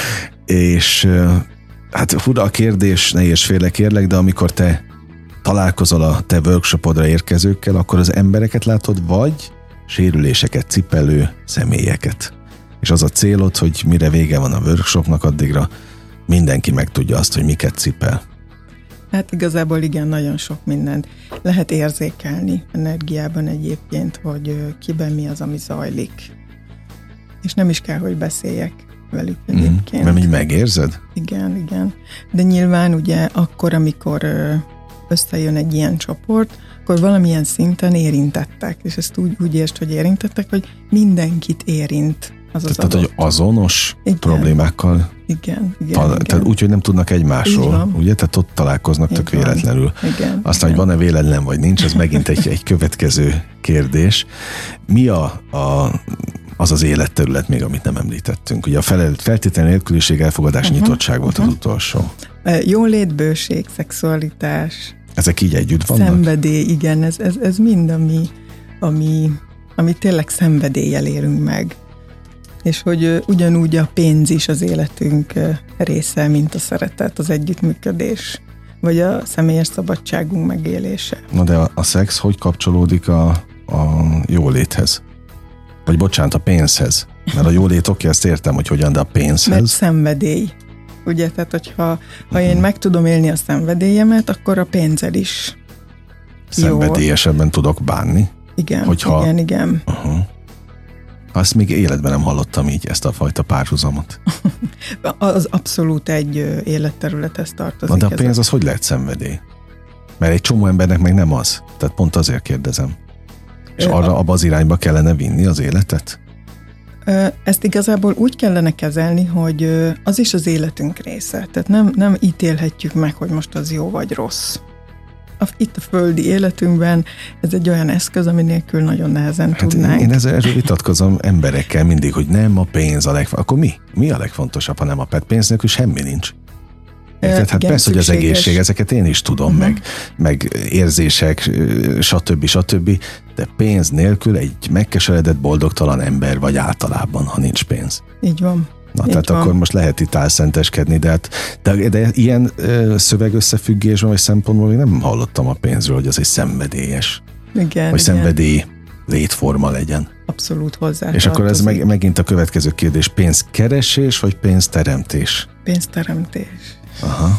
B: És hát fura a kérdés, ne érts félre kérlek, de amikor te találkozol a te workshopodra érkezőkkel, akkor az embereket látod, vagy sérüléseket cipelő személyeket. És az a célod, hogy mire vége van a workshopnak, addigra mindenki megtudja azt, hogy miket cipel.
C: Hát igazából igen, nagyon sok mindent lehet érzékelni energiában egyébként, hogy kiben mi az, ami zajlik. És nem is kell, hogy beszéljek velük egyébként.
B: Mert így megérzed?
C: Igen. De nyilván ugye akkor, amikor összejön egy ilyen csoport, akkor valamilyen szinten érintettek, és ezt úgy értsd, hogy érintettek, hogy mindenkit érint az
B: Tehát, hogy azonos problémákkal
C: Igen.
B: Tehát úgy, hogy nem tudnak egymásról, ugye? Tehát ott találkoznak tök véletlenül.
C: Igen.
B: Aztán, hogy van-e véletlen, vagy nincs, ez megint egy következő kérdés. Mi az életterület még, amit nem említettünk? Ugye a feltétlenül nélküliség, elfogadás, nyitottság volt az utolsó.
C: Jólét, bőség, szexualitás.
B: Ezek így együtt vannak?
C: Szenvedély, igen, ez mind, ami tényleg szenvedéllyel érünk meg. És hogy ugyanúgy a pénz is az életünk része, mint a szeretet, az együttműködés, vagy a személyes szabadságunk megélése.
B: Na de a szex hogy kapcsolódik a jóléthez? Vagy bocsánat, a pénzhez? Mert a jólét, oké, ezt értem, hogy hogyan, de a pénzhez?
C: Mert szenvedély. Ugye, tehát hogyha én meg tudom élni a szenvedélyemet, akkor a pénzzel is
B: szenvedélyesebben tudok bánni?
C: Igen.
B: Azt még életben nem hallottam így, ezt a fajta párhuzamot.
C: Az abszolút egy életterülethez tartozik.
B: Na de a pénz az hogy lehet szenvedély? Mert egy csomó embernek meg nem az. Tehát pont azért kérdezem. És abba az irányba kellene vinni az életet?
C: Ezt igazából úgy kellene kezelni, hogy az is az életünk része. Tehát nem ítélhetjük meg, hogy most az jó vagy rossz. Itt a földi életünkben ez egy olyan eszköz, ami nélkül nagyon nehezen tudnánk.
B: Én ezzel vitatkozom emberekkel mindig, hogy nem a pénz a legfontosabb. Akkor mi? Mi a legfontosabb, ha nem a pénz nélkül semmi nincs? Tehát hát persze, hogy az egészség, ezeket én is tudom, meg érzések, stb. De pénz nélkül egy megkeseredett, boldogtalan ember vagy általában, ha nincs pénz.
C: Így van.
B: Na, tehát akkor most lehet itt álszenteskedni, de ilyen szövegösszefüggésben vagy szempontból még nem hallottam a pénzről, hogy az egy szenvedélyes.
C: Igen,
B: vagy szenvedély létforma legyen.
C: Abszolút hozzá.
B: És akkor ez megint a következő kérdés, pénzkeresés vagy pénzteremtés?
C: Pénzteremtés.
B: Aha.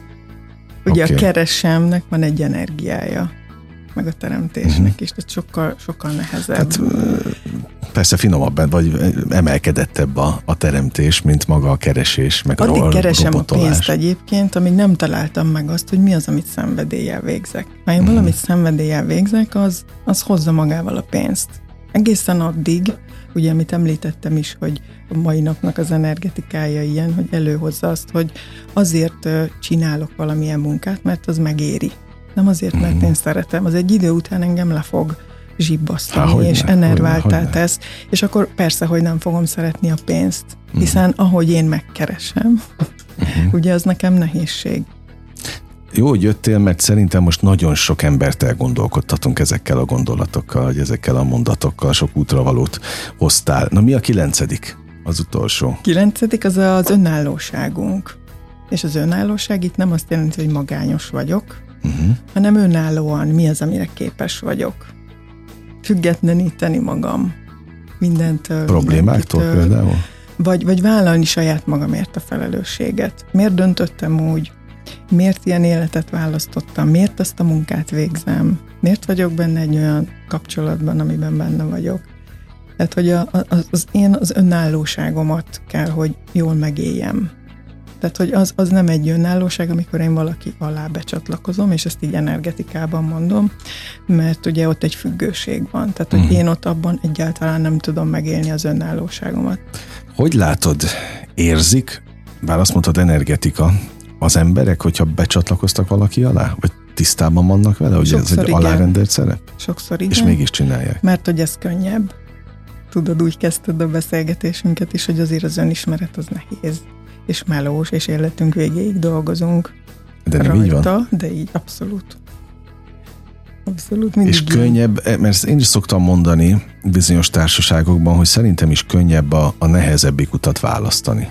C: Ugye a keresemnek van egy energiája, meg a teremtésnek is, tehát sokkal nehezebb.
B: Hát, persze finomabb, vagy emelkedettebb a teremtés, mint maga a keresés, meg
C: addig
B: a
C: keresem
B: robotolás.
C: A pénzt egyébként, amíg nem találtam meg azt, hogy mi az, amit szenvedéllyel végzek. Ha én valamit szenvedéllyel végzek, az hozza magával a pénzt. Egészen addig, ugye, amit említettem is, hogy a mai napnak az energetikája ilyen, hogy előhozza azt, hogy azért csinálok valamilyen munkát, mert az megéri. Nem azért, mert én szeretem. Az egy idő után engem le fog zsibbasztani, és enerváltá tesz. És akkor persze, hogy nem fogom szeretni a pénzt, hiszen ahogy én megkeresem, ugye az nekem nehézség.
B: Jó, hogy jöttél, mert szerintem most nagyon sok embert elgondolkodtatunk ezekkel a gondolatokkal, vagy ezekkel a mondatokkal, sok útravalót hoztál. Na mi a 9. az utolsó?
C: 9. az önállóságunk. És az önállóság itt nem azt jelenti, hogy magányos vagyok, hanem önállóan mi az, amire képes vagyok. Függetleníteni magam mindentől.
B: Problémáktól például?
C: Vagy vállalni saját magamért a felelősséget. Miért döntöttem úgy? Miért ilyen életet választottam? Miért azt a munkát végzem? Miért vagyok benne egy olyan kapcsolatban, amiben benne vagyok? Tehát, hogy én az önállóságomat kell, hogy jól megéljem. Tehát, hogy az nem egy önállóság, amikor én valaki alá becsatlakozom, és ezt így energetikában mondom, mert ugye ott egy függőség van. Tehát, hogy én ott abban egyáltalán nem tudom megélni az önállóságomat.
B: Hogy látod, érzik, bár azt mondtad energetika, az emberek, hogyha becsatlakoztak valaki alá? Vagy tisztában vannak vele, hogy
C: sokszor
B: ez egy alárendelt szerep?
C: Sokszor igen.
B: És mégis csinálják.
C: Mert hogy ez könnyebb. Tudod, úgy kezdted a beszélgetésünket is, hogy azért az önismeret az nehéz, és melós, és életünk végéig dolgozunk.
B: De nem
C: rajta,
B: így van?
C: De így, abszolút. Abszolút mindig.
B: És könnyebb, mert én is szoktam mondani bizonyos társaságokban, hogy szerintem is könnyebb a nehezebbik utat választani.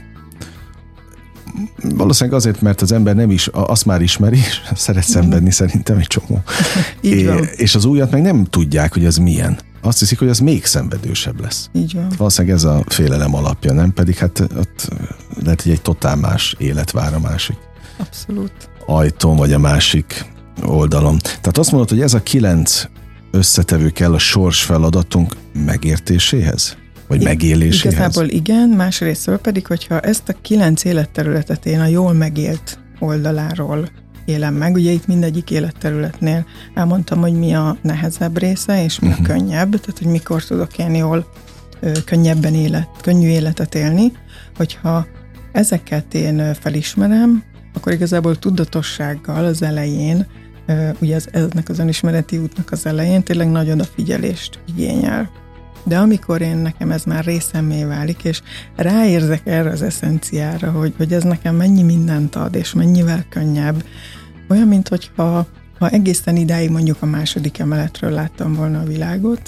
B: Valószínűleg azért, mert az ember nem is, azt már ismeri, szeret szenvedni szerintem egy csomó. És az újat meg nem tudják, hogy az milyen. Azt hiszik, hogy az még szenvedősebb lesz.
C: Így van.
B: Valószínűleg ez a félelem alapja, nem? Pedig hát ott lehet, hogy egy totál más élet vár a másik.
C: Abszolút.
B: Ajtón, vagy a másik oldalon. Tehát azt mondod, hogy ez a 9 összetevő kell a sors feladatunk megértéséhez? Vagy megéléséhez?
C: Igazából igen, másrésztől pedig, hogyha ezt a 9 életterületet én a jól megélt oldaláról élem meg, ugye itt mindegyik életterületnél elmondtam, hogy mi a nehezebb része, és mi a könnyebb, tehát hogy mikor tudok én jól könnyű életet élni, hogyha ezeket én felismerem, akkor igazából tudatossággal az elején, ugye ennek az önismereti útnak az elején tényleg nagy odafigyelést igényel. De amikor nekem ez már részemmé válik, és ráérzek erre az eszenciára, hogy ez nekem mennyi mindent ad, és mennyivel könnyebb, olyan, mintha egészen idáig mondjuk a 2. emeletről láttam volna a világot,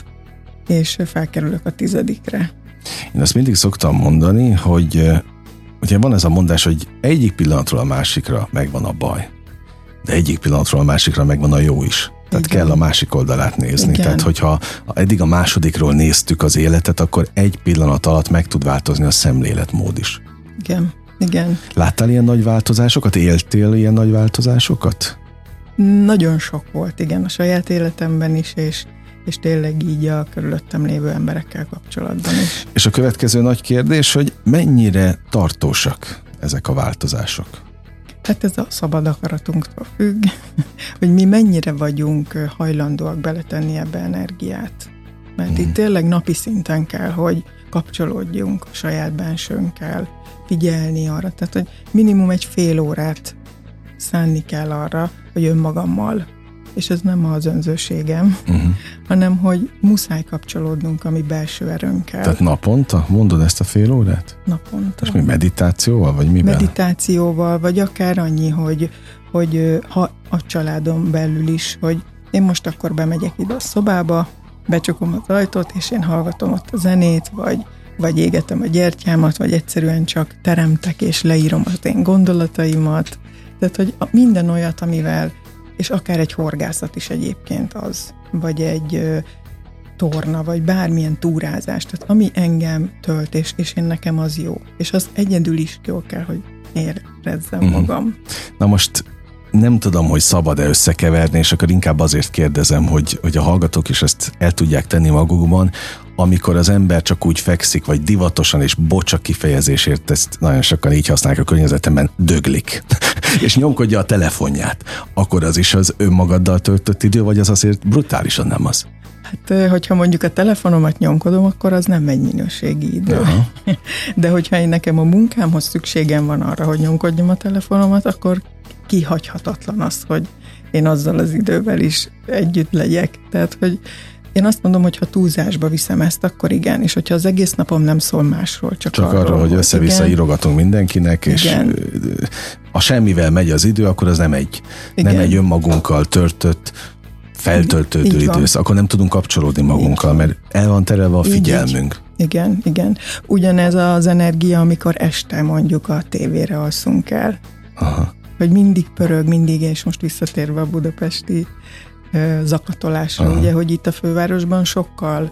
C: és felkerülök a 10-re.
B: Én azt mindig szoktam mondani, hogy ugye van ez a mondás, hogy egyik pillanatról a másikra megvan a baj, de egyik pillanatról a másikra megvan a jó is. Tehát igen. Kell a másik oldalát nézni. Igen. Tehát, hogyha eddig a másodikról néztük az életet, akkor egy pillanat alatt meg tud változni a szemléletmód is.
C: Igen, igen.
B: Láttál ilyen nagy változásokat? Éltél ilyen nagy változásokat?
C: Nagyon sok volt, igen, a saját életemben is, és tényleg így a körülöttem lévő emberekkel kapcsolatban is.
B: És a következő nagy kérdés, hogy mennyire tartósak ezek a változások?
C: Hát ez a szabad akaratunktól függ, hogy mi mennyire vagyunk hajlandóak beletenni ebbe energiát. Mert itt tényleg napi szinten kell, hogy kapcsolódjunk a saját bensőnkkel, figyelni arra. Tehát, hogy minimum egy fél órát szánni kell arra, hogy önmagammal, és ez nem az önzőségem, hanem hogy muszáj kapcsolódnunk a mi belső erőnkkel.
B: Tehát naponta? Mondod ezt a fél órát?
C: Naponta.
B: És mi meditációval, vagy miben?
C: Meditációval, vagy akár annyi, hogy ha a családon belül is, hogy én most akkor bemegyek ide a szobába, becsukom az ajtót, és én hallgatom ott a zenét, vagy égetem a gyertyámat, vagy egyszerűen csak teremtek, és leírom az én gondolataimat. Tehát, hogy minden olyat, amivel, és akár egy horgászat is egyébként az, vagy egy torna, vagy bármilyen túrázás, tehát ami engem tölt, és én nekem az jó. És az egyedül is jól kell, hogy érezzem magam.
B: Na most nem tudom, hogy szabad-e összekeverni, és akkor inkább azért kérdezem, hogy a hallgatók is ezt el tudják tenni magukban, amikor az ember csak úgy fekszik, vagy divatosan, és bocsak kifejezésért, ezt nagyon sokan így használják a környezetemben, döglik, és nyomkodja a telefonját, akkor az is az önmagaddal töltött idő, vagy az azért brutálisan nem az?
C: Hát, hogyha mondjuk a telefonomat nyomkodom, akkor az nem egy minőségi idő. Aha. De hogyha nekem a munkámhoz szükségem van arra, hogy nyomkodjam a telefonomat, akkor kihagyhatatlan az, hogy én azzal az idővel is együtt legyek. Tehát, hogy én azt mondom, hogy ha túlzásba viszem ezt, akkor igen, és hogyha az egész napom nem szól másról, csak arról,
B: hogy össze-vissza írogatunk mindenkinek, igen. És ha semmivel megy az idő, akkor az nem egy önmagunkkal törtött, feltöltődő időszak, akkor nem tudunk kapcsolódni magunkkal, mert el van terelve a figyelmünk.
C: Igen, igen. Ugyanez az energia, amikor este mondjuk a tévére alszunk el.
B: Aha.
C: Hogy mindig pörög, mindig, és most visszatérve a budapesti zakatolásra, ugye, hogy itt a fővárosban sokkal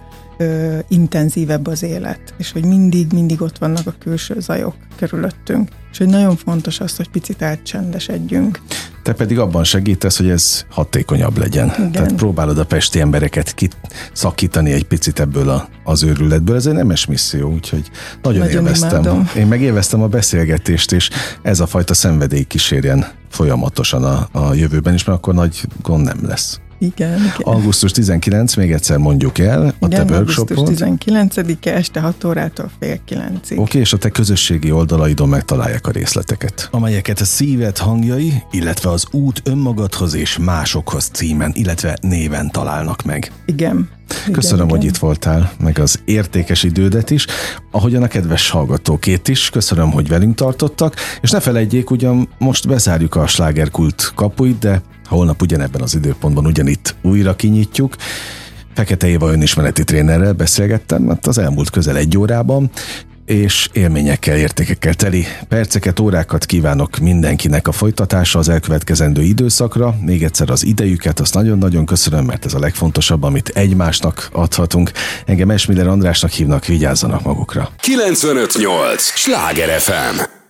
C: intenzívebb az élet, és hogy mindig ott vannak a külső zajok körülöttünk, és hogy nagyon fontos az, hogy picit elcsendesedjünk.
B: Te pedig abban segítesz, hogy ez hatékonyabb legyen. Igen. Tehát próbálod a pesti embereket kiszakítani egy picit ebből az őrületből. Ez egy nemes misszió, úgyhogy nagyon élveztem. Imádom. Én meg élveztem a beszélgetést, és ez a fajta szenvedély kísérjen folyamatosan a jövőben is, mert akkor nagy gond nem lesz.
C: Igen.
B: Augusztus 19, még egyszer mondjuk el, a te workshopod.
C: Augusztus 19-e este 6 órától fél 9-ig.
B: Oké, és a te közösségi oldalaidon megtalálják a részleteket, amelyeket a Szíved hangjai, illetve az Út önmagadhoz és másokhoz címen, illetve néven találnak meg.
C: Igen.
B: Köszönöm, hogy itt voltál, meg az értékes idődet is, ahogyan a kedves hallgatókét is. Köszönöm, hogy velünk tartottak, és ne felejtjék, ugyan most bezárjuk a slágerkult kapuit, de holnap ugyanebben az időpontban ugyanitt újra kinyitjuk. Fekete Éva önismereti trénerrel beszélgettem, mert az elmúlt közel 1 órában, és élményekkel, értékekkel teli perceket, órákat kívánok mindenkinek a folytatása az elkövetkezendő időszakra. Még egyszer az idejüket, azt nagyon-nagyon köszönöm, mert ez a legfontosabb, amit egymásnak adhatunk. Engem Esmiller Andrásnak hívnak, vigyázzanak magukra.
A: 95.8 Sláger FM